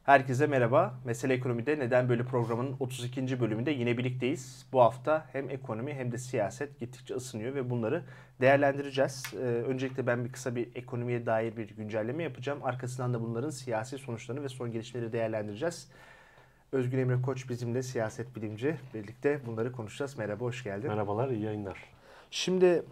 Herkese merhaba. Mesele Ekonomi'de Neden Böyle programının 32. bölümünde yine birlikteyiz. Bu hafta hem ekonomi hem de siyaset gittikçe ısınıyor ve bunları değerlendireceğiz. Öncelikle ben kısa bir ekonomiye dair bir güncelleme yapacağım. Arkasından da bunların siyasi sonuçlarını ve son gelişmeleri değerlendireceğiz. Özgün Emre Koç bizimle, siyaset bilimci. Birlikte bunları konuşacağız. Merhaba, hoş geldin. Merhabalar, iyi yayınlar. Şimdi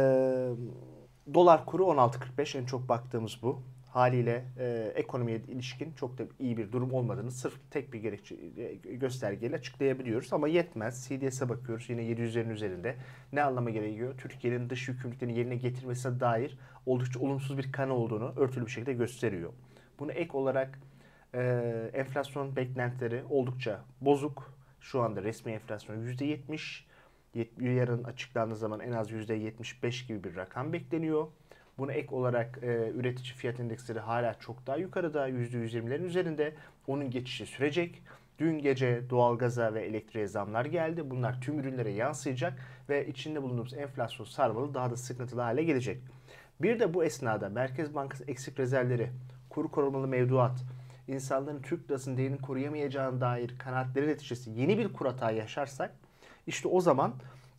dolar kuru 16.45, en çok baktığımız bu. Haliyle ekonomiye ilişkin çok da iyi bir durum olmadığını sırf tek bir gerekçe, göstergeyle açıklayabiliyoruz. Ama yetmez. CDS'e bakıyoruz, yine 700'lerin üzerinde. Ne anlama geliyor? Türkiye'nin dış yükümlülüklerini yerine getirmesine dair oldukça olumsuz bir kanı olduğunu örtülü bir şekilde gösteriyor. Bunu ek olarak enflasyon beklentileri oldukça bozuk. Şu anda resmi enflasyon %70. Yarın açıklandığı zaman en az %75 gibi bir rakam bekleniyor. Buna ek olarak üretici fiyat endeksleri hala çok daha yukarıda, %120'lerin üzerinde. Onun geçişi sürecek. Dün gece doğalgaza ve elektriğe zamlar geldi. Bunlar tüm ürünlere yansıyacak ve içinde bulunduğumuz enflasyon sarmalı daha da sıkıntılı hale gelecek. Bir de bu esnada Merkez Bankası eksik rezervleri, kuru korumalı mevduat, insanların Türk lirasının değerini koruyamayacağına dair kanaatleri neticesi yeni bir kur hata yaşarsak, işte o zaman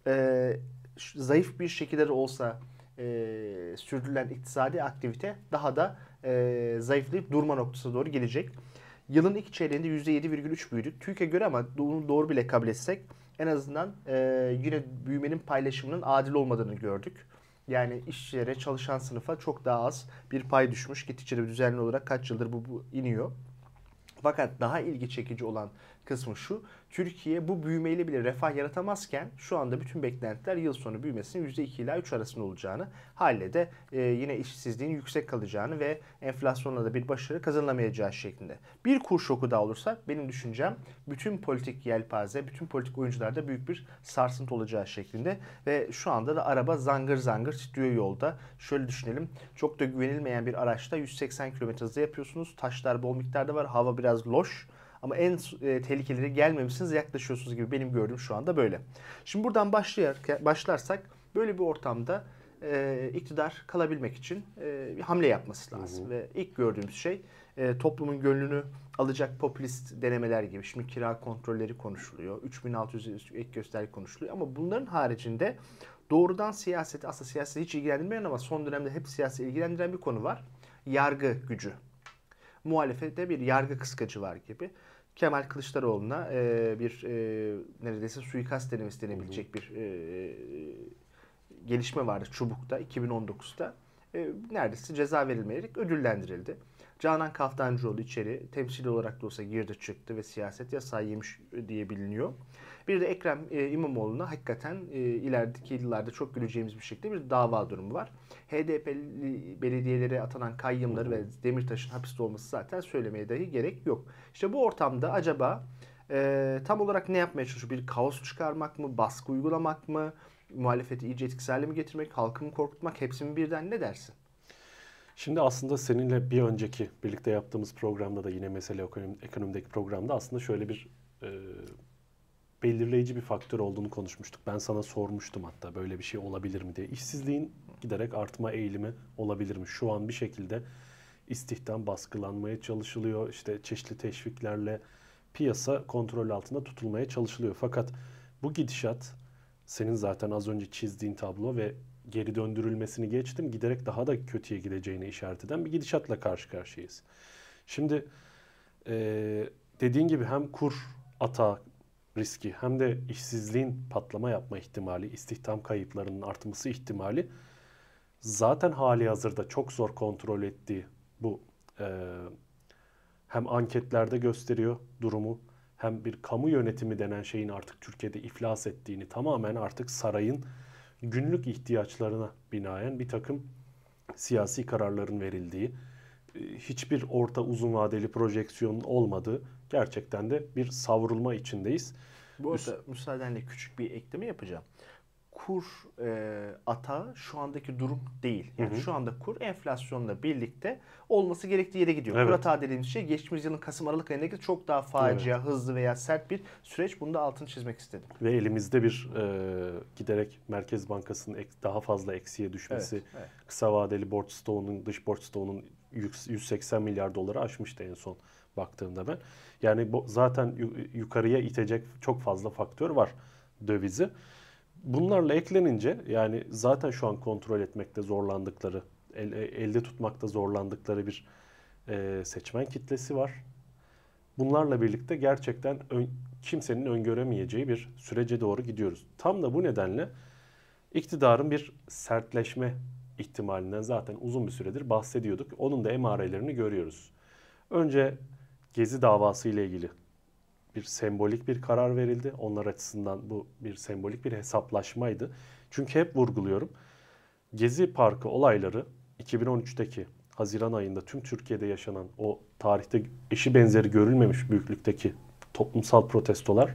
zayıf bir şekilde de olsa sürdürülen iktisadi aktivite daha da zayıflayıp durma noktasına doğru gelecek. Yılın ilk çeyreğinde %7,3 büyüdük. TÜİK'e göre, ama bunu doğru bile kabul etsek, en azından yine büyümenin paylaşımının adil olmadığını gördük. Yani işçilere, çalışan sınıfa çok daha az bir pay düşmüş. Gittikçe de düzenli olarak kaç yıldır bu iniyor. Fakat daha ilgi çekici olan kısmı şu: Türkiye bu büyümeyle bile refah yaratamazken şu anda bütün beklentiler yıl sonu büyümesinin %2 ila 3 arasında olacağını, haliyle de yine işsizliğin yüksek kalacağını ve enflasyonla da bir başarı kazanılamayacağı şeklinde. Bir kur şoku daha olursa benim düşüncem bütün politik yelpaze, bütün politik oyuncularda büyük bir sarsıntı olacağı şeklinde ve şu anda da araba zangır zangır titriyor yolda. Şöyle düşünelim: çok da güvenilmeyen bir araçta 180 km hızla yapıyorsunuz. Taşlar bol miktarda var, hava biraz loş. Ama en tehlikeleri gelmemişsiniz, yaklaşıyorsunuz gibi benim gördüğüm şu anda böyle. Şimdi buradan başlarsak, böyle bir ortamda iktidar kalabilmek için bir hamle yapması lazım. Ve ilk gördüğümüz şey toplumun gönlünü alacak popülist denemeler gibi. Şimdi kira kontrolleri konuşuluyor. 3600 ek gösterge konuşuluyor. Ama bunların haricinde doğrudan siyaset, aslında siyaseti hiç ilgilendirmeyen ama son dönemde hep siyaseti ilgilendiren bir konu var: yargı gücü. Muhalefette bir yargı kıskacı var gibi. Kemal Kılıçdaroğlu'na neredeyse suikast denemesi denebilecek bir gelişme vardı Çubuk'ta 2019'da. Neredeyse ceza verilmeyerek ödüllendirildi. Canan Kaftancıoğlu içeri temsili olarak da olsa girdi çıktı ve siyaset yasağı yemiş diye biliniyor. Bir de Ekrem İmamoğlu'na hakikaten ilerideki yıllarda çok güleceğimiz bir şekilde bir dava durumu var. HDP'li belediyelere atanan kayyımları ve Demirtaş'ın hapiste olması zaten söylemeye dahi gerek yok. İşte bu ortamda acaba tam olarak ne yapmaya çalışıyor? Bir kaos çıkarmak mı? Baskı uygulamak mı? Muhalefeti iyice etkisiz hale mi getirmek? Halkı mı korkutmak? Hepsi mi birden? Ne dersin? Şimdi aslında seninle bir önceki birlikte yaptığımız programda da yine mesele ekonomideki programda aslında şöyle bir belirleyici bir faktör olduğunu konuşmuştuk. Ben sana sormuştum hatta böyle bir şey olabilir mi diye. İşsizliğin giderek artma eğilimi olabilir mi? Şu an bir şekilde istihdam baskılanmaya çalışılıyor. İşte çeşitli teşviklerle piyasa kontrol altında tutulmaya çalışılıyor. Fakat bu gidişat, senin zaten az önce çizdiğin tablo ve geri döndürülmesini geçtim, giderek daha da kötüye gideceğini işaret eden bir gidişatla karşı karşıyayız. Şimdi dediğin gibi hem kur atağı riski hem de işsizliğin patlama yapma ihtimali, istihdam kayıplarının artması ihtimali zaten hali hazırda çok zor kontrol ettiği bu hem anketlerde gösteriyor durumu, hem bir kamu yönetimi denen şeyin artık Türkiye'de iflas ettiğini, tamamen artık sarayın günlük ihtiyaçlarına binaen bir takım siyasi kararların verildiği, hiçbir orta uzun vadeli projeksiyonun olmadığı, gerçekten de bir savrulma içindeyiz. Bu arada müsaadenle küçük bir ekleme yapacağım. Kur atağı şu andaki durum değil. Yani şu anda kur enflasyonla birlikte olması gerektiği yere gidiyor. Evet. Kur atağı dediğimiz şey geçtiğimiz yılın Kasım-Aralık ayındaki çok daha facia, hızlı veya sert bir süreç. Bunu da altını çizmek istedim. Ve elimizde bir giderek Merkez Bankası'nın daha fazla eksiye düşmesi, kısa vadeli borç stoğunun, dış borç stoğunun 180 milyar doları aşmıştı en son baktığımda ben. Yani bu zaten yukarıya itecek çok fazla faktör var dövizi. Bunlarla eklenince yani zaten şu an kontrol etmekte zorlandıkları, elde tutmakta zorlandıkları bir seçmen kitlesi var. Bunlarla birlikte gerçekten kimsenin öngöremeyeceği bir sürece doğru gidiyoruz. Tam da bu nedenle iktidarın bir sertleşme ihtimalinden zaten uzun bir süredir bahsediyorduk. Onun da emarelerini görüyoruz. Önce Gezi davası ile ilgili bir sembolik bir karar verildi. Onlar açısından bu bir sembolik bir hesaplaşmaydı. Çünkü hep vurguluyorum. Gezi Parkı olayları 2013'teki Haziran ayında tüm Türkiye'de yaşanan o tarihte eşi benzeri görülmemiş büyüklükteki toplumsal protestolar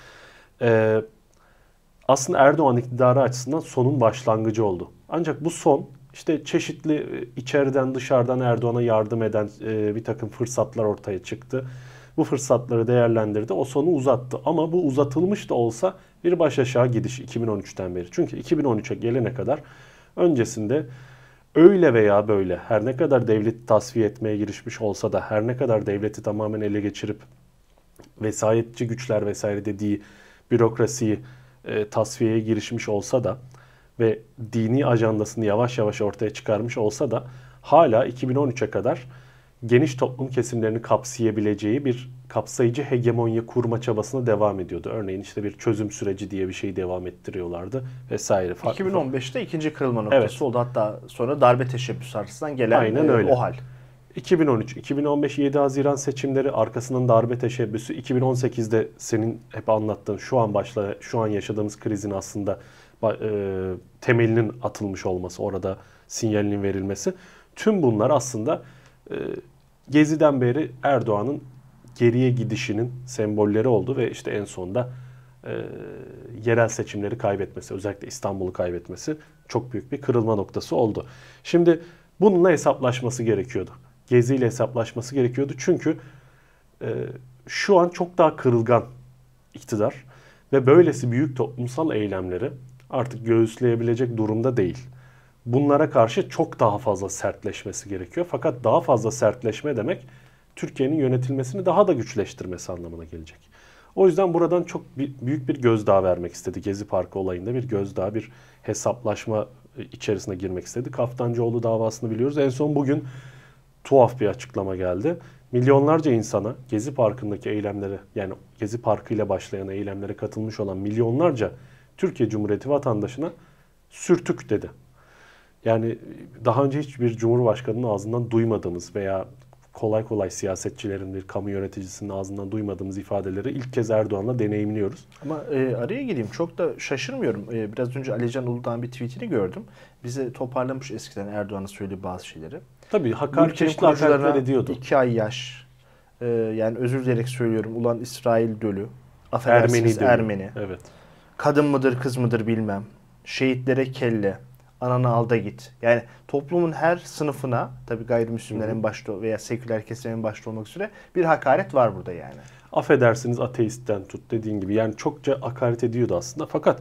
aslında Erdoğan iktidarı açısından sonun başlangıcı oldu. Ancak bu son işte çeşitli içeriden dışarıdan Erdoğan'a yardım eden bir takım fırsatlar ortaya çıktı. Bu fırsatları değerlendirdi. O sonu uzattı. Ama bu uzatılmış da olsa bir baş aşağı gidiş 2013'ten beri. Çünkü 2013'e gelene kadar öncesinde öyle veya böyle her ne kadar devleti tasfiye etmeye girişmiş olsa da her ne kadar devleti tamamen ele geçirip vesayetçi güçler vesaire dediği bürokrasiyi tasfiyeye girişmiş olsa da ve dini ajandasını yavaş yavaş ortaya çıkarmış olsa da hala 2013'e kadar geniş toplum kesimlerini kapsayabileceği bir kapsayıcı hegemonya kurma çabasına devam ediyordu. Örneğin işte bir çözüm süreci diye bir şeyi devam ettiriyorlardı vesaire. 2015'te ikinci kırılma noktası evet. oldu. Hatta sonra darbe teşebbüsü arkasından gelen aynen öyle. o hal. 2013, 2015 7 Haziran seçimleri arkasından darbe teşebbüsü, 2018'de senin hep anlattığın şu an yaşadığımız krizin aslında temelinin atılmış olması, orada sinyalinin verilmesi. Tüm bunlar aslında Gezi'den beri Erdoğan'ın geriye gidişinin sembolleri oldu ve işte en sonunda yerel seçimleri kaybetmesi, özellikle İstanbul'u kaybetmesi çok büyük bir kırılma noktası oldu. Şimdi bununla hesaplaşması gerekiyordu. Gezi ile hesaplaşması gerekiyordu çünkü şu an çok daha kırılgan iktidar ve böylesi büyük toplumsal eylemleri artık göğüsleyebilecek durumda değil. Bunlara karşı çok daha fazla sertleşmesi gerekiyor. Fakat daha fazla sertleşme demek Türkiye'nin yönetilmesini daha da güçleştirmesi anlamına gelecek. O yüzden buradan çok büyük bir gözdağı vermek istedi. Gezi Parkı olayında bir gözdağı, bir hesaplaşma içerisine girmek istedi. Kaftancıoğlu davasını biliyoruz. En son bugün tuhaf bir açıklama geldi. Milyonlarca insana Gezi Parkı'ndaki eylemlere, yani Gezi Parkı ile başlayan eylemlere katılmış olan milyonlarca Türkiye Cumhuriyeti vatandaşına sürtük dedi. Yani daha önce hiçbir cumhurbaşkanının ağzından duymadığımız veya kolay kolay siyasetçilerin, bir kamu yöneticisinin ağzından duymadığımız ifadeleri ilk kez Erdoğan'la deneyimliyoruz. Ama araya gireyim, çok da şaşırmıyorum. Biraz önce Alican Uludağ'ın bir tweetini gördüm. Bize toparlamış eskiden Erdoğan'ın söylediği bazı şeyleri. Tabii çeşitli hakaretler ediyordu. 2 ay yaş, yani özür dileyerek söylüyorum, ulan İsrail dölü, affedersiniz Ermeni. Evet. Kadın mıdır kız mıdır bilmem. Şehitlere kelle, ananı al da git. Yani toplumun her sınıfına, tabii gayrimüslimler en başta veya seküler kesim en başta olmak üzere bir hakaret var burada yani. Affedersiniz ateistten tut dediğin gibi. Yani çokça hakaret ediyordu aslında. Fakat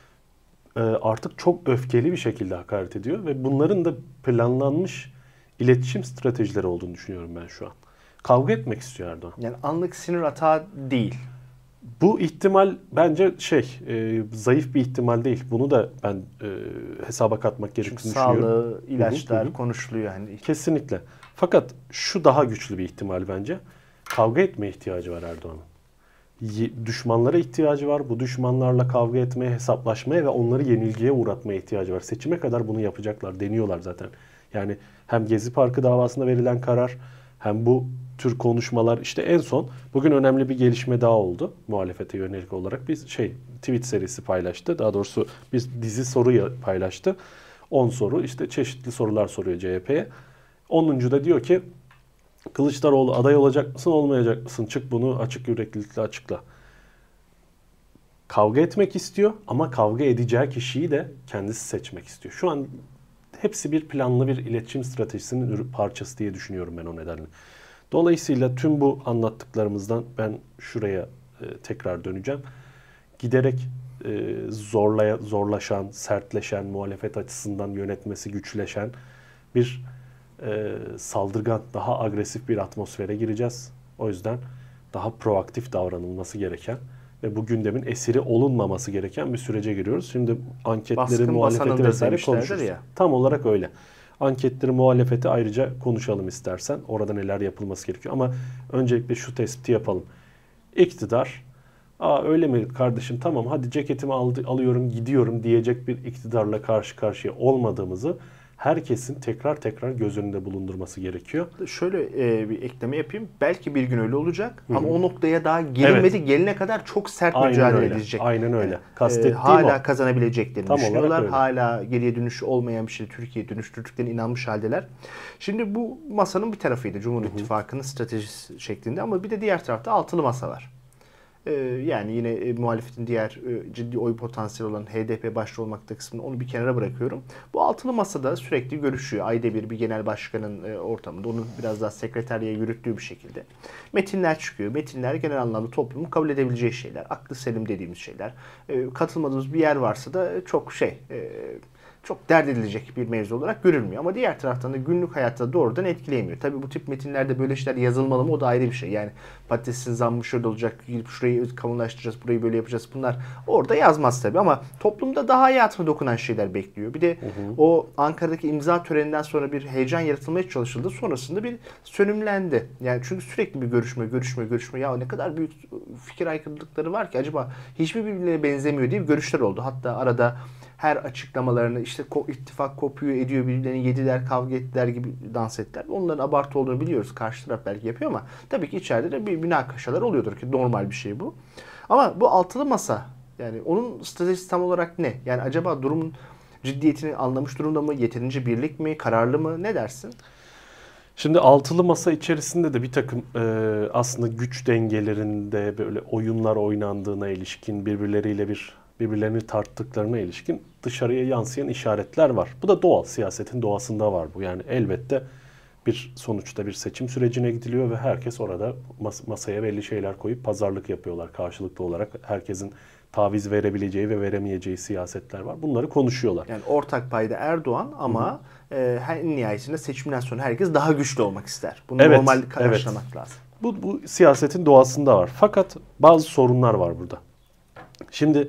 artık çok öfkeli bir şekilde hakaret ediyor ve bunların da planlanmış iletişim stratejileri olduğunu düşünüyorum ben şu an. Kavga etmek istiyor Erdoğan. Yani anlık sinir atağı değil. Bu ihtimal bence zayıf bir ihtimal değil. Bunu da ben hesaba katmak gerektiğini düşünüyorum. Sağlığı, ilaçlar konuşuluyor yani. Kesinlikle. Fakat şu daha güçlü bir ihtimal bence. Kavga etmeye ihtiyacı var Erdoğan'ın. Düşmanlara ihtiyacı var. Bu düşmanlarla kavga etmeye, hesaplaşmaya ve onları yenilgiye uğratmaya ihtiyacı var. Seçime kadar bunu yapacaklar. Deniyorlar zaten. Yani hem Gezi Parkı davasında verilen karar, hem bu tür konuşmalar, işte en son bugün önemli bir gelişme daha oldu. Muhalefete yönelik olarak bir tweet serisi paylaştı. Daha doğrusu bir dizi soru paylaştı. 10 soru, işte çeşitli sorular soruyor CHP'ye. 10. da diyor ki Kılıçdaroğlu aday olacak mısın, olmayacak mısın? Çık bunu açık yüreklilikle açıkla. Kavga etmek istiyor ama kavga edeceği kişiyi de kendisi seçmek istiyor. Şu an hepsi bir planlı bir iletişim stratejisinin parçası diye düşünüyorum ben o nedenle. Dolayısıyla tüm bu anlattıklarımızdan ben şuraya tekrar döneceğim. Giderek zorlaşan, sertleşen, muhalefet açısından yönetmesi güçleşen bir saldırgan, daha agresif bir atmosfere gireceğiz. O yüzden daha proaktif davranılması gereken ve bu gündemin esiri olunmaması gereken bir sürece giriyoruz. Şimdi anketleri, Baskın muhalefeti basanındır vesaire demişlerdir konuşuruz. ya. Tam olarak öyle. Anketleri, muhalefeti ayrıca konuşalım istersen. Orada neler yapılması gerekiyor. Ama öncelikle şu tespiti yapalım. İktidar, öyle mi kardeşim, tamam hadi ceketimi alıyorum gidiyorum diyecek bir iktidarla karşı karşıya olmadığımızı herkesin tekrar tekrar göz önünde bulundurması gerekiyor. Şöyle bir ekleme yapayım. Belki bir gün öyle olacak ama o noktaya daha gelinmedi. Evet. Gelene kadar çok sert Aynen mücadele öyle. edilecek. Aynen öyle. Kastettiğim hala o. kazanabileceklerini Tam olarak düşünüyorlar. öyle. Hala geriye dönüş olmayan bir şey Türkiye'ye dönüştürdüklerine inanmış haldeler. Şimdi bu masanın bir tarafıydı Cumhur İttifakı'nın stratejisi şeklinde ama bir de diğer tarafta altılı masa var. Yani yine muhalefetin diğer ciddi oy potansiyeli olan HDP başta olmakta kısmını onu bir kenara bırakıyorum. Bu altılı masada sürekli görüşüyor. Ayda bir genel başkanın ortamında. Onu biraz daha sekreterliğe yürüttüğü bir şekilde. Metinler çıkıyor. Metinler genel anlamda toplumun kabul edebileceği şeyler. Aklı selim dediğimiz şeyler. Katılmadığımız bir yer varsa da çok dert edilecek bir mevzu olarak görülmüyor. Ama diğer taraftan da günlük hayatta doğrudan etkileyemiyor. Tabii bu tip metinlerde böyle şeyler yazılmalı mı o da ayrı bir şey. Yani patatesin zammı şöyle olacak, gidip şurayı kamulaştıracağız, burayı böyle yapacağız. Bunlar orada yazmaz tabii ama toplumda daha hayatına dokunan şeyler bekliyor. Bir de o Ankara'daki imza töreninden sonra bir heyecan yaratılmaya çalışıldı. Sonrasında bir sönümlendi. Yani çünkü sürekli bir görüşme. Ya ne kadar büyük fikir aykırılıkları var ki acaba hiçbir birbirine benzemiyor diye görüşler oldu. Hatta arada her açıklamalarını işte ittifak kopuyor ediyor, birbirlerini yediler, kavga ettiler gibi dans ettiler. Onların abartı olduğunu biliyoruz. Karşı taraf belki yapıyor ama tabii ki içeride de bir münakaşalar oluyordur ki normal bir şey bu. Ama bu altılı masa yani onun stratejisi tam olarak ne? Yani acaba durumun ciddiyetini anlamış durumda mı? Yeterince birlik mi? Kararlı mı? Ne dersin? Şimdi altılı masa içerisinde de bir takım aslında güç dengelerinde böyle oyunlar oynandığına ilişkin, birbirlerini tarttıklarına ilişkin dışarıya yansıyan işaretler var. Bu da doğal, siyasetin doğasında var bu. Yani elbette sonuçta bir seçim sürecine gidiliyor ve herkes orada masaya belli şeyler koyup pazarlık yapıyorlar karşılıklı olarak. Herkesin taviz verebileceği ve veremeyeceği siyasetler var. Bunları konuşuyorlar. Yani ortak payda Erdoğan ama en nihayetinde seçimden sonra herkes daha güçlü olmak ister. Bunu normal karşılamak lazım. Bu siyasetin doğasında var. Fakat bazı sorunlar var burada. Şimdi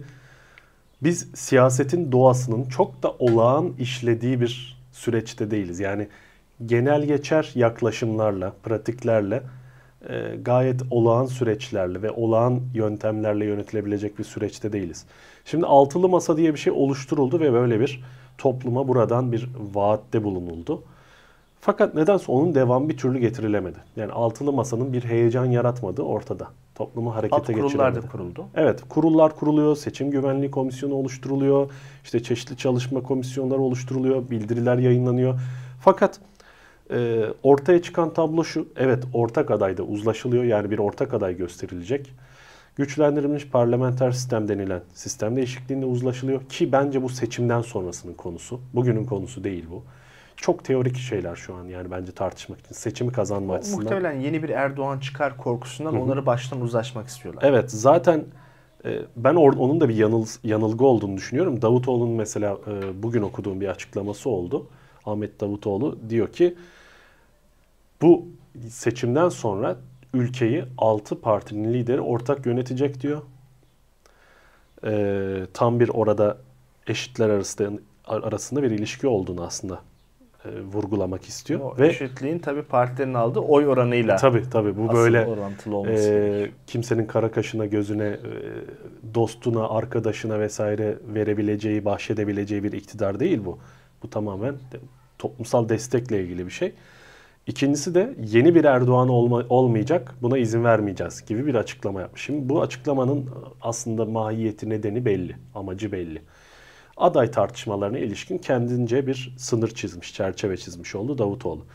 biz siyasetin doğasının çok da olağan işlediği bir süreçte değiliz. Yani genel geçer yaklaşımlarla, pratiklerle, gayet olağan süreçlerle ve olağan yöntemlerle yönetilebilecek bir süreçte değiliz. Şimdi altılı masa diye bir şey oluşturuldu ve böyle bir topluma buradan bir vaatte bulunuldu. Fakat nedense onun devamı bir türlü getirilemedi. Yani altılı masanın bir heyecan yaratmadığı ortada. Toplumu harekete geçiremedi. Kurullar da kuruldu. Evet, kurullar kuruluyor, seçim güvenliği komisyonu oluşturuluyor, işte çeşitli çalışma komisyonları oluşturuluyor, bildiriler yayınlanıyor. Fakat ortaya çıkan tablo şu, evet ortak adayda uzlaşılıyor, yani bir ortak aday gösterilecek. Güçlendirilmiş parlamenter sistem denilen sistem değişikliğinde uzlaşılıyor ki bence bu seçimden sonrasının konusu. Bugünün konusu değil bu. Çok teorik şeyler şu an yani bence tartışmak için. Seçimi kazanma açısından. Muhtemelen yeni bir Erdoğan çıkar korkusundan onları baştan uzlaşmak istiyorlar. Evet zaten ben onun da bir yanılgı olduğunu düşünüyorum. Davutoğlu'nun mesela bugün okuduğum bir açıklaması oldu. Ahmet Davutoğlu diyor ki bu seçimden sonra ülkeyi 6 partinin lideri ortak yönetecek diyor. Tam bir orada eşitler arasında bir ilişki olduğunu aslında vurgulamak istiyor. O ve eşitliğin tabii partilerin aldığı oy oranıyla tabii bu böyle orantılı olması gerekir. Kimsenin kara kaşına, gözüne, dostuna, arkadaşına vesaire verebileceği, bahşedebileceği bir iktidar değil bu. Bu tamamen toplumsal destekle ilgili bir şey. İkincisi de yeni bir Erdoğan olmayacak, buna izin vermeyeceğiz gibi bir açıklama yapmış. Şimdi bu açıklamanın aslında mahiyeti, nedeni belli, amacı belli. Aday tartışmalarına ilişkin kendince bir sınır çizmiş, çerçeve çizmiş oldu Davutoğlu.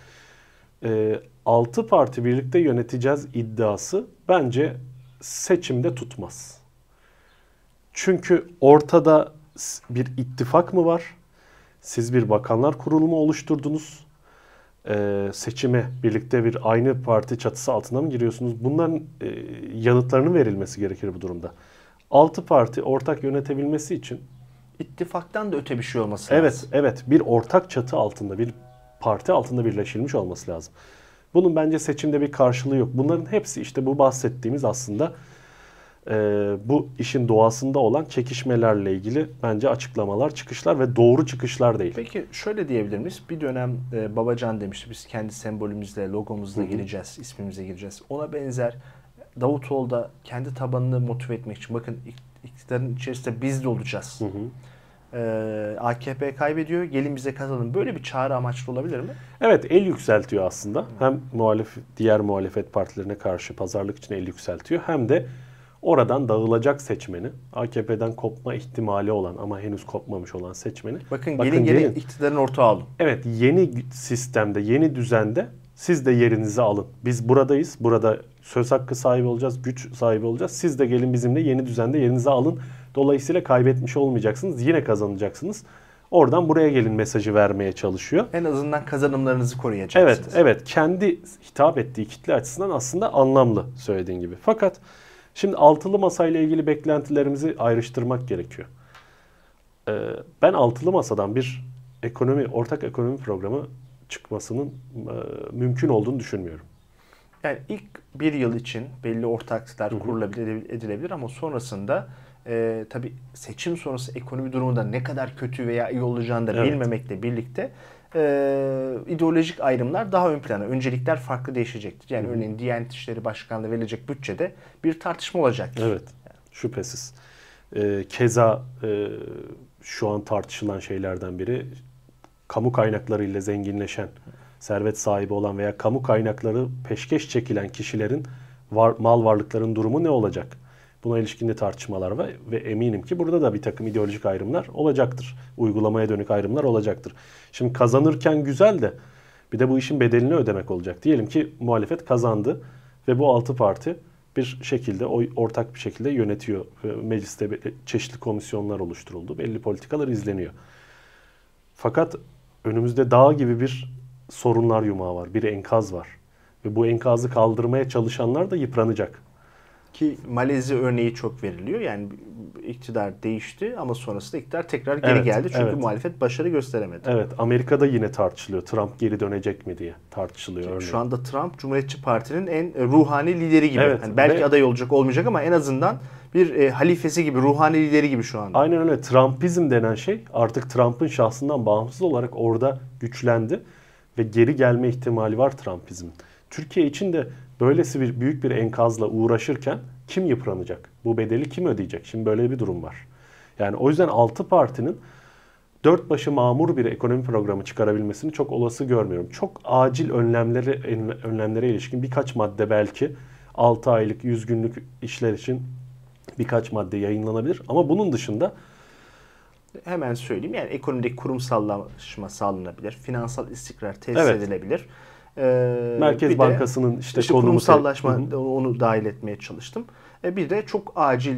6 parti birlikte yöneteceğiz iddiası bence seçimde tutmaz. Çünkü ortada bir ittifak mı var? Siz bir bakanlar kurulu mu oluşturdunuz? Seçime birlikte aynı parti çatısı altına mı giriyorsunuz? Bunların yanıtlarının verilmesi gerekir bu durumda. 6 parti ortak yönetebilmesi için İttifaktan da öte bir şey olması lazım. Evet, bir ortak çatı altında, bir parti altında birleşilmiş olması lazım. Bunun bence seçimde bir karşılığı yok. Bunların hepsi işte bu bahsettiğimiz aslında bu işin doğasında olan çekişmelerle ilgili bence açıklamalar, çıkışlar ve doğru çıkışlar değil. Peki şöyle diyebilir miyiz? Bir dönem Babacan demişti, biz kendi sembolümüzle, logomuzla gireceğiz, ismimize gireceğiz. Ona benzer Davutoğlu da kendi tabanını motive etmek için, bakın iktidarın içerisinde biz de olacağız. AKP kaybediyor, gelin bize kazanın. Böyle bir çağrı amaçlı olabilir mi? Evet, el yükseltiyor aslında. Hem diğer muhalefet partilerine karşı pazarlık için el yükseltiyor. Hem de oradan dağılacak seçmeni, AKP'den kopma ihtimali olan ama henüz kopmamış olan seçmeni. Bakın gelin iktidarın ortağı olun. Evet, yeni sistemde, yeni düzende siz de yerinizi alın. Biz buradayız. Burada söz hakkı sahibi olacağız, güç sahibi olacağız. Siz de gelin bizimle yeni düzende yerinizi alın. Dolayısıyla kaybetmiş olmayacaksınız. Yine kazanacaksınız. Oradan buraya gelin mesajı vermeye çalışıyor. En azından kazanımlarınızı koruyacaksınız. Evet. Kendi hitap ettiği kitle açısından aslında anlamlı söylediğin gibi. Fakat şimdi altılı masayla ilgili beklentilerimizi ayrıştırmak gerekiyor. Ben altılı masadan bir ortak ekonomi programı çıkmasının mümkün olduğunu düşünmüyorum. Yani ilk bir yıl için belli ortaklıklar kurulabilir, edilebilir ama sonrasında tabii seçim sonrası ekonomi durumunda ne kadar kötü veya iyi olacağını da bilmemekle birlikte ideolojik ayrımlar daha ön plana. Öncelikler farklı değişecektir. Yani örneğin Diyanet İşleri Başkanlığı'na verilecek bütçede bir tartışma olacaktır. Evet, şüphesiz. Keza şu an tartışılan şeylerden biri kamu kaynaklarıyla zenginleşen, servet sahibi olan veya kamu kaynakları peşkeş çekilen kişilerin mal varlıklarının durumu ne olacak? Buna ilişkin de tartışmalar var ve eminim ki burada da bir takım ideolojik ayrımlar olacaktır. Uygulamaya dönük ayrımlar olacaktır. Şimdi kazanırken güzel de bir de bu işin bedelini ödemek olacak. Diyelim ki muhalefet kazandı ve bu 6 parti bir şekilde ortak bir şekilde yönetiyor. Mecliste çeşitli komisyonlar oluşturuldu. Belli politikalar izleniyor. Fakat önümüzde dağ gibi bir sorunlar yumağı var. Bir enkaz var. Ve bu enkazı kaldırmaya çalışanlar da yıpranacak. Ki Malezya örneği çok veriliyor. Yani iktidar değişti ama sonrasında iktidar tekrar geri geldi. Çünkü muhalefet başarı gösteremedi. Evet, Amerika'da yine tartışılıyor. Trump geri dönecek mi diye tartışılıyor örneğin. Şu anda Trump Cumhuriyetçi Parti'nin en ruhani lideri gibi. Evet, yani belki aday olacak olmayacak ama en azından bir halifesi gibi, ruhani lideri gibi şu anda. Aynen öyle. Trumpizm denen şey artık Trump'ın şahsından bağımsız olarak orada güçlendi ve geri gelme ihtimali var Trumpizmin. Türkiye için de böylesi büyük bir enkazla uğraşırken kim yıpranacak? Bu bedeli kim ödeyecek? Şimdi böyle bir durum var. Yani o yüzden 6 partinin dört başı mamur bir ekonomi programı çıkarabilmesini çok olası görmüyorum. Çok acil önlemlere ilişkin birkaç madde belki 6 aylık 100 günlük işler için birkaç madde yayınlanabilir. Ama bunun dışında hemen söyleyeyim, yani ekonomideki kurumsallaşma sağlanabilir. Finansal istikrar tesis edilebilir. Merkez Bankası'nın işte konumu, kurumsallaşma, onu dahil etmeye çalıştım. Bir de çok acil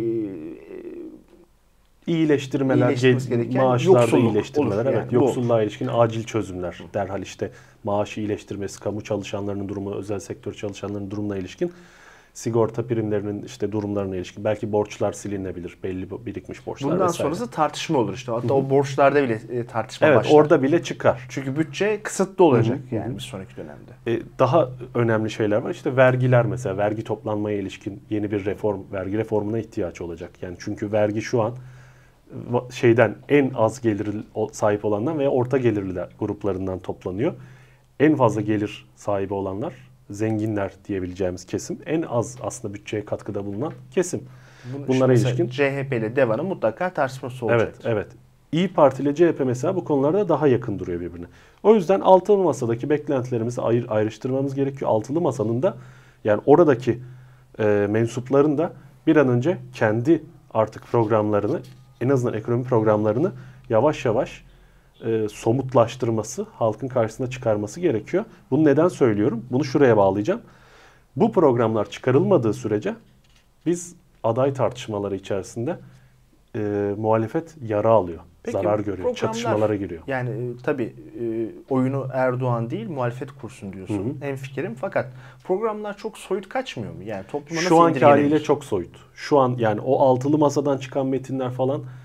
iyileştirmeler, maaşlarda iyileştirmeler, yani yoksulluğa ilişkin acil çözümler. Derhal işte maaşı iyileştirmesi, kamu çalışanlarının durumu, özel sektör çalışanlarının durumuna ilişkin, sigorta primlerinin işte durumlarına ilişkin, belki borçlar silinebilir, belli birikmiş borçlar bundan vesaire. sonrası tartışma olur işte. Hatta o borçlarda bile tartışma başlar. Evet, orada bile çıkar. Çünkü bütçe kısıtlı olacak yani bir sonraki dönemde. Daha önemli şeyler var. İşte vergiler mesela, vergi toplanmaya ilişkin yeni bir vergi reformuna ihtiyaç olacak. Yani çünkü vergi şu an en az gelir sahip olandan veya orta gelirli gruplarından toplanıyor. En fazla gelir sahibi olanlar, zenginler diyebileceğimiz kesim, en az aslında bütçeye katkıda bulunan kesim. Bunlara ilişkin CHP ile DEVA'nın mutlaka tartışması olacak. Evet. İYİ Parti ile CHP mesela bu konularda daha yakın duruyor birbirine. O yüzden altılı masadaki beklentilerimizi ayrıştırmamız gerekiyor. Altılı masanın da, yani oradaki mensupların da bir an önce kendi artık programlarını, en azından ekonomi programlarını yavaş yavaş somutlaştırması, halkın karşısına çıkarması gerekiyor. Bunu neden söylüyorum? Bunu şuraya bağlayacağım. Bu programlar çıkarılmadığı sürece biz aday tartışmaları içerisinde muhalefet yara alıyor, zarar görüyor, çatışmalara giriyor. Yani tabii oyunu Erdoğan değil muhalefet kursun diyorsun. Hemfikirim, fakat programlar çok soyut kaçmıyor mu? Yani topluma nasıl şu anki haliyle çok soyut. Şu an yani o altılı masadan çıkan metinler falan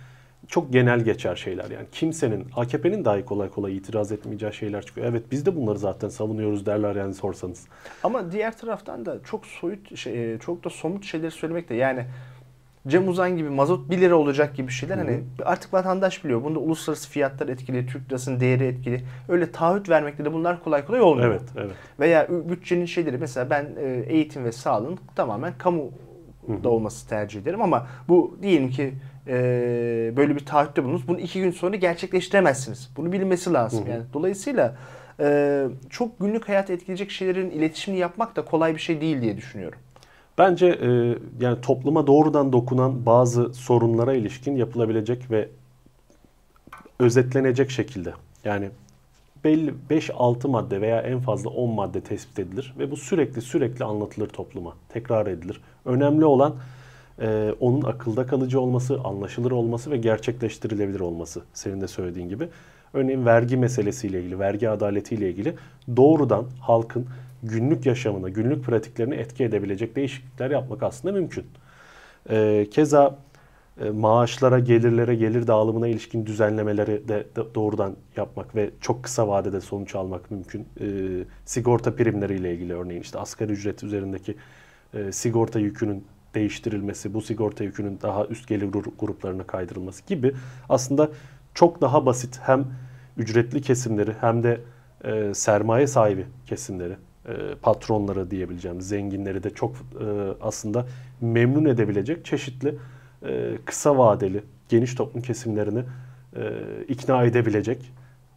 çok genel geçer şeyler. Yani kimsenin, AKP'nin dahi kolay kolay itiraz etmeyeceği şeyler çıkıyor. Evet biz de bunları zaten savunuyoruz derler yani sorsanız. Ama diğer taraftan da çok soyut çok da somut şeyleri söylemek de yani Cem Uzan gibi mazot 1 lira olacak gibi şeyler hani artık vatandaş biliyor. Bunda uluslararası fiyatlar etkili, Türk lirasının değeri etkili. Öyle taahhüt vermekle de bunlar kolay kolay olmuyor. Evet, evet. Veya bütçenin şeyleri mesela ben eğitim ve sağlığın tamamen kamuda olması tercih ederim ama bu diyelim ki böyle bir taahhütte bulunuz. Bunu 2 gün sonra gerçekleştiremezsiniz. Bunu bilinmesi lazım. Yani dolayısıyla çok günlük hayatı etkileyecek şeylerin iletişimini yapmak da kolay bir şey değil diye düşünüyorum. Bence yani topluma doğrudan dokunan bazı sorunlara ilişkin yapılabilecek ve özetlenecek şekilde. Yani belli 5-6 madde veya en fazla 10 madde tespit edilir ve bu sürekli anlatılır topluma, tekrar edilir. Önemli olan onun akılda kalıcı olması, anlaşılır olması ve gerçekleştirilebilir olması. Senin de söylediğin gibi. Örneğin vergi meselesiyle ilgili, vergi adaletiyle ilgili doğrudan halkın günlük yaşamına, günlük pratiklerine etki edebilecek değişiklikler yapmak aslında mümkün. Keza maaşlara, gelirlere, gelir dağılımına ilişkin düzenlemeleri de doğrudan yapmak ve çok kısa vadede sonuç almak mümkün. Sigorta primleriyle ilgili örneğin işte asgari ücret üzerindeki sigorta yükünün değiştirilmesi, bu sigorta yükünün daha üst gelir gruplarına kaydırılması gibi aslında çok daha basit hem ücretli kesimleri hem de sermaye sahibi kesimleri, patronları diyebileceğim, zenginleri de çok aslında memnun edebilecek çeşitli kısa vadeli, geniş toplum kesimlerini ikna edebilecek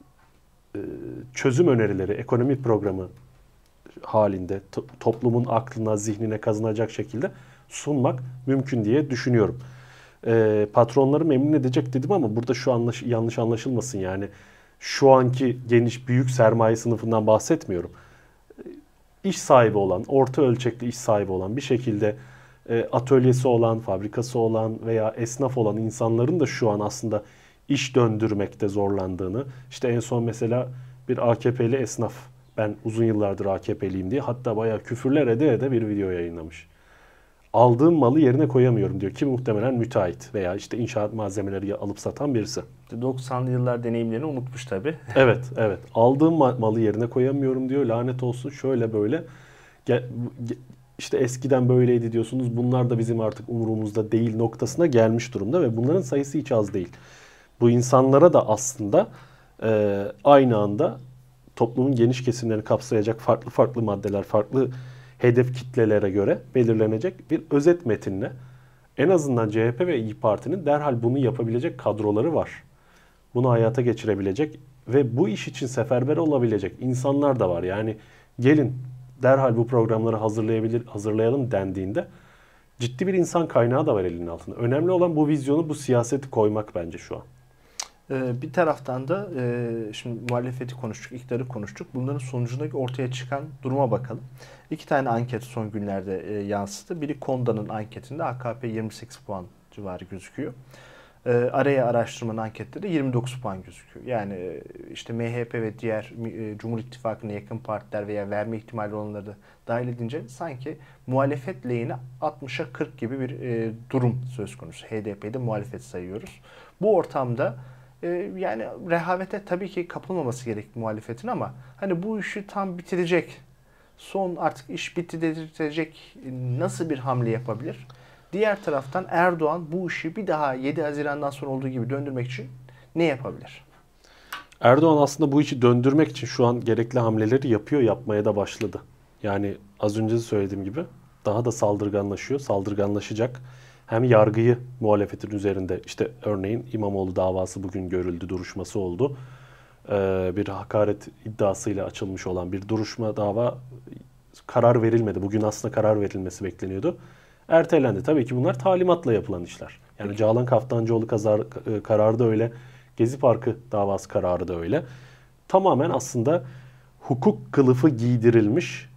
çözüm önerileri, ekonomik programı halinde toplumun aklına, zihnine kazınacak şekilde sunmak mümkün diye düşünüyorum. Patronları memnun edecek dedim ama burada şu yanlış anlaşılmasın yani. Şu anki geniş büyük sermaye sınıfından bahsetmiyorum. İş sahibi olan, orta ölçekli iş sahibi olan bir şekilde atölyesi olan, fabrikası olan veya esnaf olan insanların da şu an aslında iş döndürmekte zorlandığını, işte en son mesela bir AKP'li esnaf, ben uzun yıllardır AKP'liyim diye hatta bayağı küfürler ede bir video yayınlamış. Aldığım malı yerine koyamıyorum diyor ki muhtemelen müteahhit veya işte inşaat malzemeleri alıp satan birisi. 90'lı yıllar deneyimlerini unutmuş tabii. Evet. Aldığım malı yerine koyamıyorum diyor. Lanet olsun şöyle böyle. İşte eskiden böyleydi diyorsunuz. Bunlar da bizim artık umurumuzda değil noktasına gelmiş durumda ve bunların sayısı hiç az değil. Bu insanlara da aslında aynı anda toplumun geniş kesimlerini kapsayacak farklı maddeler, farklı hedef kitlelere göre belirlenecek bir özet metinle en azından CHP ve İYİ Parti'nin derhal bunu yapabilecek kadroları var. Bunu hayata geçirebilecek ve bu iş için seferber olabilecek insanlar da var. Yani gelin derhal bu programları hazırlayalım dendiğinde ciddi bir insan kaynağı da var elinin altında. Önemli olan bu vizyonu, bu siyaseti koymak bence şu an. Bir taraftan da şimdi muhalefeti konuştuk, iktidarı konuştuk. Bunların sonucundaki ortaya çıkan duruma bakalım. 2 tane anket son günlerde yansıdı. Biri Konda'nın anketinde AKP 28 puan civarı gözüküyor. Araya araştırmanın anketleri 29 puan gözüküyor. Yani işte MHP ve diğer Cumhur İttifakı'na yakın partiler veya verme ihtimali olanları da dahil edince sanki muhalefet lehine 60'a 40 gibi bir durum söz konusu. HDP'de muhalefet sayıyoruz. Bu ortamda yani rehavete tabii ki kapılmaması gerek muhalefetin ama hani bu işi tam bitirecek, son artık iş bitti dedirtecek nasıl bir hamle yapabilir? Diğer taraftan Erdoğan bu işi bir daha 7 Haziran'dan sonra olduğu gibi döndürmek için ne yapabilir? Erdoğan aslında bu işi döndürmek için şu an gerekli hamleleri yapıyor, yapmaya da başladı. Yani az önce söylediğim gibi daha da saldırganlaşacak. Hem yargıyı muhalefetin üzerinde, işte örneğin İmamoğlu davası bugün görüldü, duruşması oldu. Bir hakaret iddiasıyla açılmış olan bir dava karar verilmedi. Bugün aslında karar verilmesi bekleniyordu. Ertelendi. Tabii ki bunlar talimatla yapılan işler. Yani Canan Kaftancıoğlu kararı da öyle. Gezi Parkı davası kararı da öyle. Tamamen aslında hukuk kılıfı giydirilmiş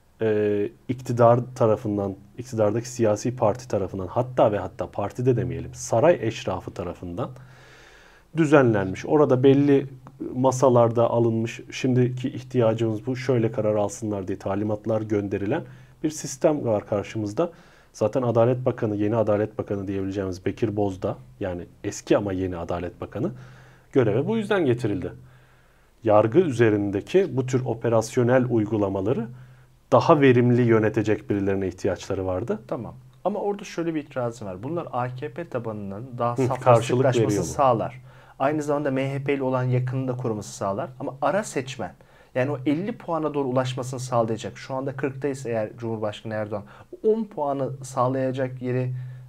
iktidar tarafından, iktidardaki siyasi parti tarafından, hatta partide demeyelim, saray eşrafı tarafından düzenlenmiş. Orada belli masalarda alınmış, şimdiki ihtiyacımız bu, şöyle karar alsınlar diye talimatlar gönderilen bir sistem var karşımızda. Zaten Adalet Bakanı, yeni Adalet Bakanı diyebileceğimiz Bekir Bozdağ, yani eski ama yeni Adalet Bakanı göreve bu yüzden getirildi. Yargı üzerindeki bu tür operasyonel uygulamaları daha verimli yönetecek birilerine ihtiyaçları vardı. Tamam. Ama orada şöyle bir itirazım var. Bunlar AKP tabanının daha karşılık saflaşması veriyor bu. sağlar. Aynı zamanda MHP ile olan yakınını da koruması sağlar. Ama ara seçmen, yani o 50 puana doğru ulaşmasını sağlayacak. Şu anda 40'taysa eğer Cumhurbaşkanı Erdoğan 10 puanı sağlayacak yeri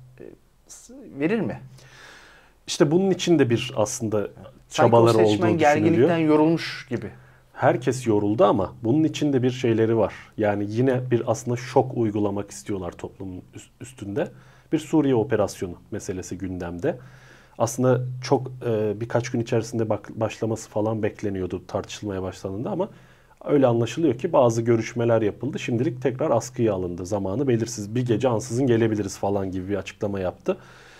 verir mi? İşte bunun için de bir aslında Sanki çabaları o olduğu seçmen düşünülüyor. gerginlikten yorulmuş gibi. Herkes yoruldu ama bunun için de bir şeyleri var. Yani yine bir aslında şok uygulamak istiyorlar toplumun üstünde. Bir Suriye operasyonu meselesi gündemde. Aslında çok birkaç gün içerisinde başlaması falan bekleniyordu tartışılmaya başlandığında ama öyle anlaşılıyor ki bazı görüşmeler yapıldı. Şimdilik tekrar askıya alındı. Zamanı belirsiz. Bir gece ansızın gelebiliriz falan gibi bir açıklama yaptı.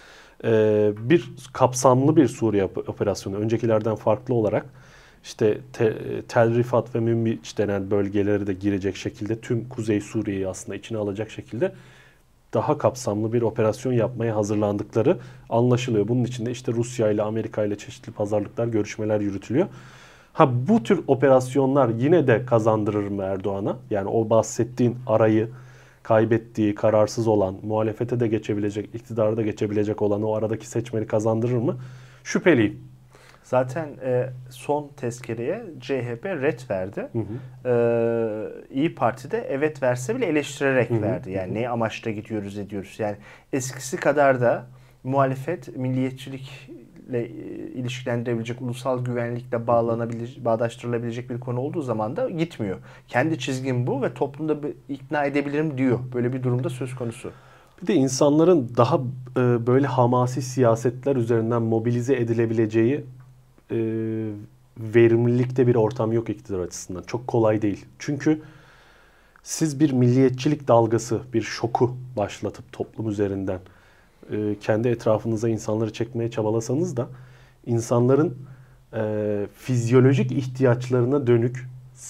Bir kapsamlı bir Suriye operasyonu. Öncekilerden farklı olarak işte Tel Rifat ve Münbiç denen bölgeleri de girecek şekilde tüm Kuzey Suriye'yi aslında içine alacak şekilde daha kapsamlı bir operasyon yapmaya hazırlandıkları anlaşılıyor. Bunun için de işte Rusya ile Amerika ile çeşitli pazarlıklar, görüşmeler yürütülüyor. Bu tür operasyonlar yine de kazandırır mı Erdoğan'a? Yani o bahsettiğin arayı kaybettiği, kararsız olan, muhalefete de geçebilecek, iktidara da geçebilecek olan o aradaki seçmeni kazandırır mı? Şüpheliyim. Zaten son tezkereye CHP ret verdi. Hı hı. İyi Parti de evet verse bile eleştirerek Hı hı. verdi. Yani ne amaçla gidiyoruz ediyoruz. Yani eskisi kadar da muhalefet milliyetçilikle ilişkilendirebilecek, ulusal güvenlikle bağdaştırılabilecek bir konu olduğu zaman da gitmiyor. Kendi çizgim bu ve toplumda ikna edebilirim diyor. Böyle bir durumda söz konusu. Bir de insanların daha böyle hamasi siyasetler üzerinden mobilize edilebileceği verimlilikte bir ortam yok iktidar açısından. Çok kolay değil. Çünkü siz bir milliyetçilik dalgası, bir şoku başlatıp toplum üzerinden kendi etrafınıza insanları çekmeye çabalasanız da insanların fizyolojik ihtiyaçlarına dönük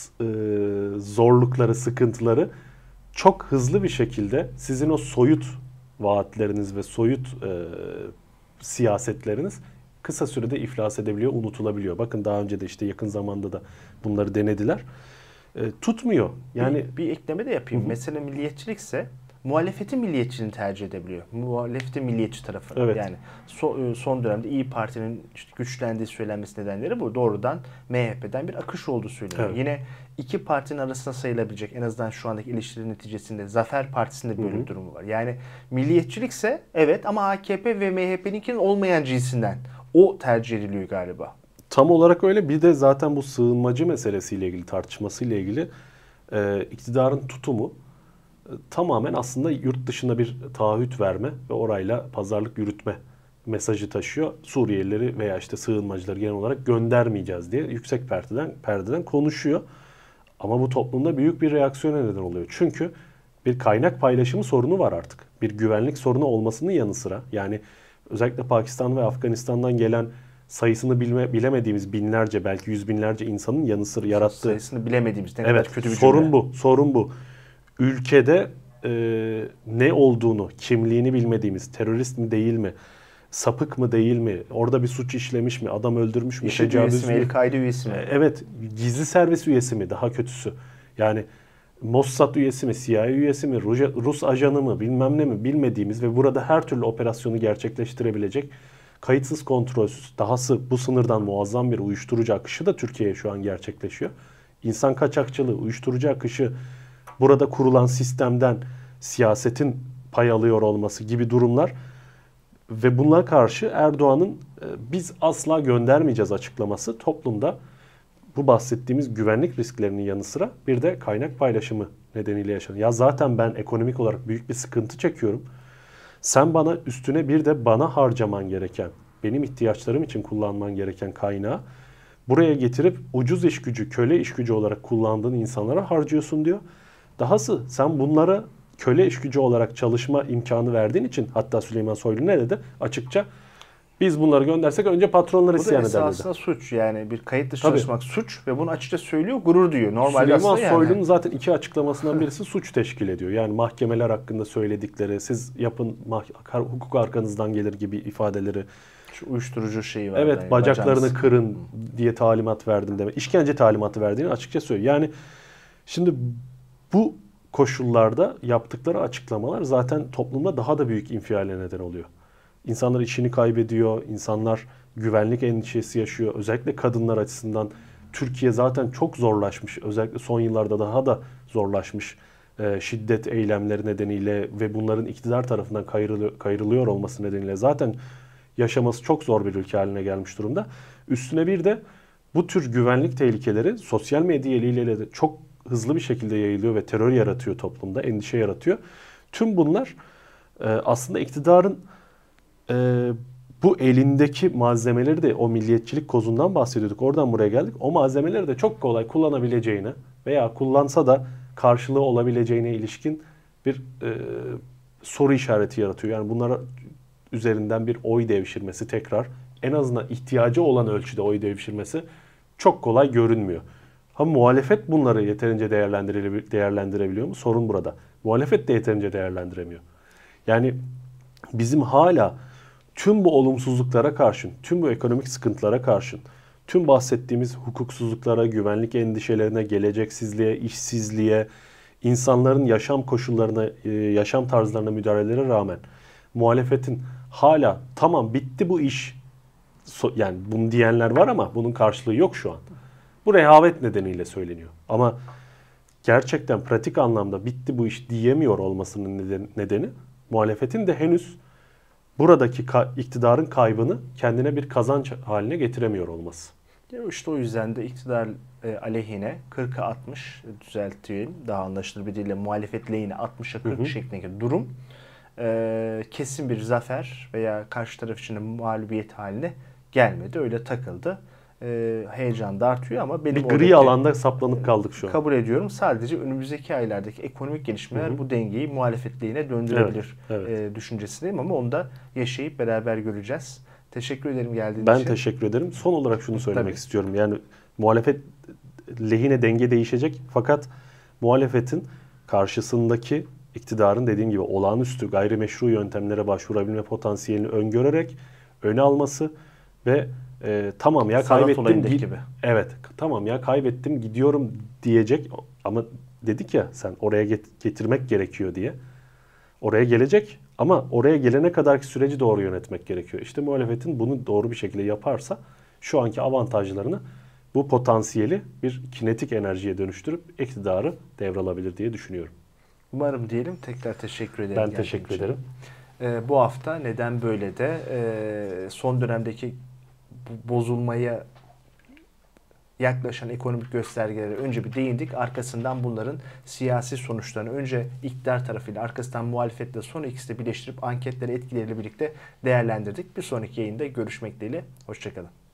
zorlukları, sıkıntıları çok hızlı bir şekilde sizin o soyut vaatleriniz ve soyut siyasetleriniz kısa sürede iflas edebiliyor, unutulabiliyor. Bakın daha önce de işte yakın zamanda da bunları denediler. Tutmuyor. Yani bir ekleme de yapayım. Hı hı. Mesela milliyetçilikse muhalefetin milliyetçiliğini tercih edebiliyor. Muhalefetin milliyetçi tarafı. Evet. Yani son dönemde İyi Parti'nin işte güçlendiği söylenmesi nedenleri bu. Doğrudan MHP'den bir akış olduğu söyleniyor. Evet. Yine iki partinin arasında sayılabilecek, en azından şu andaki ilişkilerin neticesinde Zafer Partisi'nde böyle Hı hı. bir durumu var. Yani milliyetçilikse evet, ama AKP ve MHP'ninkinin olmayan cinsinden. O tercih ediliyor galiba. Tam olarak öyle. Bir de zaten bu sığınmacı meselesiyle ilgili, tartışmasıyla ilgili iktidarın tutumu tamamen aslında yurt dışına bir taahhüt verme ve orayla pazarlık yürütme mesajı taşıyor. Suriyelileri veya işte sığınmacıları genel olarak göndermeyeceğiz diye yüksek perdeden konuşuyor. Ama bu toplumda büyük bir reaksiyona neden oluyor. Çünkü bir kaynak paylaşımı sorunu var artık. Bir güvenlik sorunu olmasının yanı sıra, yani özellikle Pakistan ve Afganistan'dan gelen sayısını bilemediğimiz binlerce, belki yüz binlerce insanın yanı sıra yarattığı... Sayısını bilemediğimiz ne kadar Evet, kötü bir sorun cümle. bu. Sorun bu. Ülkede ne olduğunu, kimliğini bilmediğimiz, terörist mi değil mi, sapık mı değil mi, orada bir suç işlemiş mi, adam öldürmüş mü, IŞİD üyesi mi, El-Kaide üyesi mi? Evet, gizli servis üyesi mi, daha kötüsü. Yani Mossad üyesi mi, CIA üyesi mi, Rus ajanı mı, bilmem ne mi bilmediğimiz ve burada her türlü operasyonu gerçekleştirebilecek, kayıtsız, kontrolsüz, dahası bu sınırdan muazzam bir uyuşturucu akışı da Türkiye'ye şu an gerçekleşiyor. İnsan kaçakçılığı, uyuşturucu akışı, burada kurulan sistemden siyasetin pay alıyor olması gibi durumlar ve bunlara karşı Erdoğan'ın biz asla göndermeyeceğiz açıklaması toplumda bu bahsettiğimiz güvenlik risklerinin yanı sıra bir de kaynak paylaşımı nedeniyle yaşanıyor. Ya zaten ben ekonomik olarak büyük bir sıkıntı çekiyorum. Sen bana üstüne bir de bana harcaman gereken, benim ihtiyaçlarım için kullanman gereken kaynağı buraya getirip ucuz iş gücü, köle iş gücü olarak kullandığın insanlara harcıyorsun diyor. Dahası sen bunlara köle iş gücü olarak çalışma imkanı verdiğin için, hatta Süleyman Soylu ne dedi? Açıkça Biz bunları göndersek önce patronlar Bu da isyan eder dedi. esasında suç. Yani bir kayıt dışı Tabii. çalışmak suç ve bunu açıkça söylüyor, gurur duyuyor. Normalde Süleyman aslında Soylu'nun zaten 2 açıklamasından birisi suç teşkil ediyor. Yani mahkemeler hakkında söyledikleri, siz yapın hukuk arkanızdan gelir gibi ifadeleri. şu uyuşturucu şeyi var. Evet, yani, bacaklarını bacağınız. kırın diye talimat verdim deme. İşkence talimatı verdiğini açıkça söylüyor. Yani şimdi bu koşullarda yaptıkları açıklamalar zaten toplumda daha da büyük infiale neden oluyor. İnsanlar işini kaybediyor, insanlar güvenlik endişesi yaşıyor. Özellikle kadınlar açısından Türkiye zaten çok zorlaşmış. Özellikle son yıllarda daha da zorlaşmış. Şiddet eylemleri nedeniyle ve bunların iktidar tarafından kayrılıyor olması nedeniyle zaten yaşaması çok zor bir ülke haline gelmiş durumda. Üstüne bir de bu tür güvenlik tehlikeleri sosyal medya eliyle de çok hızlı bir şekilde yayılıyor ve terör yaratıyor toplumda, endişe yaratıyor. Tüm bunlar aslında iktidarın bu elindeki malzemeleri de, o milliyetçilik kozundan bahsediyorduk. Oradan buraya geldik. O malzemeleri de çok kolay kullanabileceğine veya kullansa da karşılığı olabileceğine ilişkin bir soru işareti yaratıyor. Yani bunlar üzerinden bir oy devşirmesi tekrar, en azından ihtiyacı olan ölçüde oy devşirmesi çok kolay görünmüyor. Ha, muhalefet bunları yeterince değerlendirebiliyor mu? Sorun burada. Muhalefet de yeterince değerlendiremiyor. Yani bizim hala tüm bu olumsuzluklara karşın, tüm bu ekonomik sıkıntılara karşın, tüm bahsettiğimiz hukuksuzluklara, güvenlik endişelerine, geleceksizliğe, işsizliğe, insanların yaşam koşullarına, yaşam tarzlarına müdahalelere rağmen muhalefetin hala tamam bitti bu iş, yani bunu diyenler var ama bunun karşılığı yok şu an. Bu rehavet nedeniyle söyleniyor. Ama gerçekten pratik anlamda bitti bu iş diyemiyor olmasının nedeni muhalefetin de henüz buradaki iktidarın kaybını kendine bir kazanç haline getiremiyor olması. İşte o yüzden de iktidar aleyhine 40'a 60 düzelteyim. Daha anlaşılır bir dille muhalefet lehine 60'a 40 şeklindeki durum kesin bir zafer veya karşı taraf için de mağlubiyet haline gelmedi. Öyle takıldı. Heyecan da artıyor ama benim bir gri alanda saplanıp kaldık şu an. Kabul ediyorum. Sadece önümüzdeki aylardaki ekonomik gelişmeler bu dengeyi muhalefet lehine döndürebilir düşüncesindeyim ama onu da yaşayıp beraber göreceğiz. Teşekkür ederim geldiğin için. Ben teşekkür ederim. Son olarak şunu söylemek istiyorum. Yani muhalefet lehine denge değişecek fakat muhalefetin karşısındaki iktidarın dediğim gibi olağanüstü gayrimeşru yöntemlere başvurabilme potansiyelini öngörerek öne alması ve tamam ya kaybettim gibi. Evet, tamam ya kaybettim gidiyorum diyecek ama dedik ya sen oraya getirmek gerekiyor diye. Oraya gelecek ama oraya gelene kadarki süreci doğru yönetmek gerekiyor. İşte muhalefetin bunu doğru bir şekilde yaparsa şu anki avantajlarını, bu potansiyeli bir kinetik enerjiye dönüştürüp iktidarı devralabilir diye düşünüyorum. Umarım diyelim. Tekrar teşekkür ederim. Ben teşekkür ederim. Bu hafta neden böyle de son dönemdeki bozulmaya yaklaşan ekonomik göstergelere önce bir değindik. Arkasından bunların siyasi sonuçlarını önce iktidar tarafıyla arkasından muhalefetle sonra ikisi de birleştirip anketleri etkileriyle birlikte değerlendirdik. Bir sonraki yayında görüşmek dileğiyle. Hoşçakalın.